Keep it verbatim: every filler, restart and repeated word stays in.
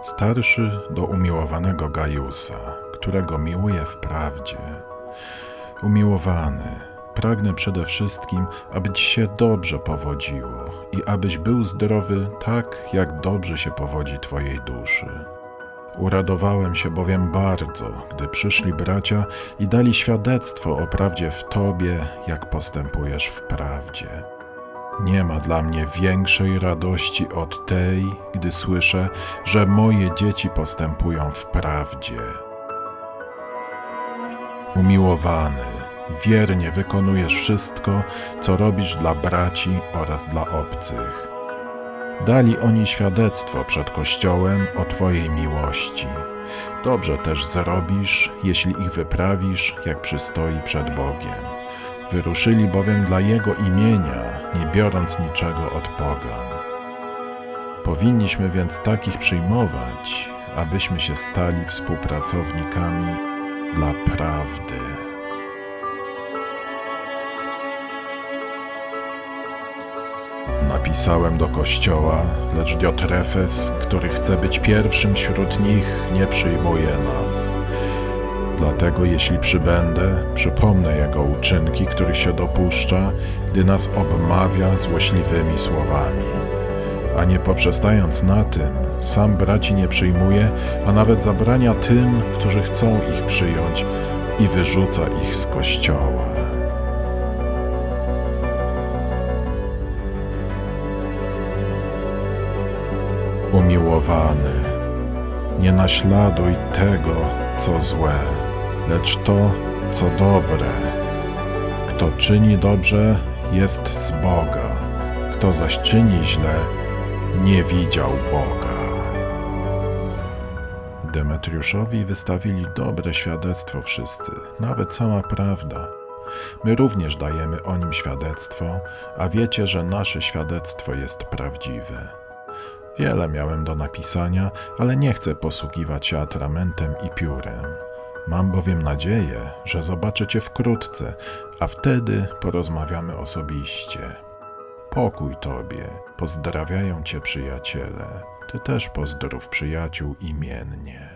Starszy do umiłowanego Gajusa, którego miłuję wprawdzie. Umiłowany, pragnę przede wszystkim, aby ci się dobrze powodziło i abyś był zdrowy tak, jak dobrze się powodzi twojej duszy. Uradowałem się bowiem bardzo, gdy przyszli bracia i dali świadectwo o prawdzie w tobie, jak postępujesz w prawdzie. Nie ma dla mnie większej radości od tej, gdy słyszę, że moje dzieci postępują w prawdzie. Umiłowany, wiernie wykonujesz wszystko, co robisz dla braci oraz dla obcych. Dali oni świadectwo przed Kościołem o twojej miłości. Dobrze też zrobisz, jeśli ich wyprawisz, jak przystoi przed Bogiem. Wyruszyli bowiem dla Jego imienia, nie biorąc niczego od pogan. Powinniśmy więc takich przyjmować, abyśmy się stali współpracownikami dla prawdy. Napisałem do Kościoła, lecz Diotrefes, który chce być pierwszym wśród nich, nie przyjmuje nas. Dlatego jeśli przybędę, przypomnę jego uczynki, których się dopuszcza, gdy nas obmawia złośliwymi słowami. A nie poprzestając na tym, sam braci nie przyjmuje, a nawet zabrania tym, którzy chcą ich przyjąć, i wyrzuca ich z Kościoła. Umiłowany, nie naśladuj tego, co złe, lecz to, co dobre. Kto czyni dobrze, jest z Boga. Kto zaś czyni źle, nie widział Boga. Demetriuszowi wystawili dobre świadectwo wszyscy, nawet sama prawda. My również dajemy o nim świadectwo, a wiecie, że nasze świadectwo jest prawdziwe. Wiele miałem do napisania, ale nie chcę posługiwać się atramentem i piórem. Mam bowiem nadzieję, że zobaczę cię wkrótce, a wtedy porozmawiamy osobiście. Pokój tobie, pozdrawiają cię przyjaciele. Ty też pozdrów przyjaciół imiennie.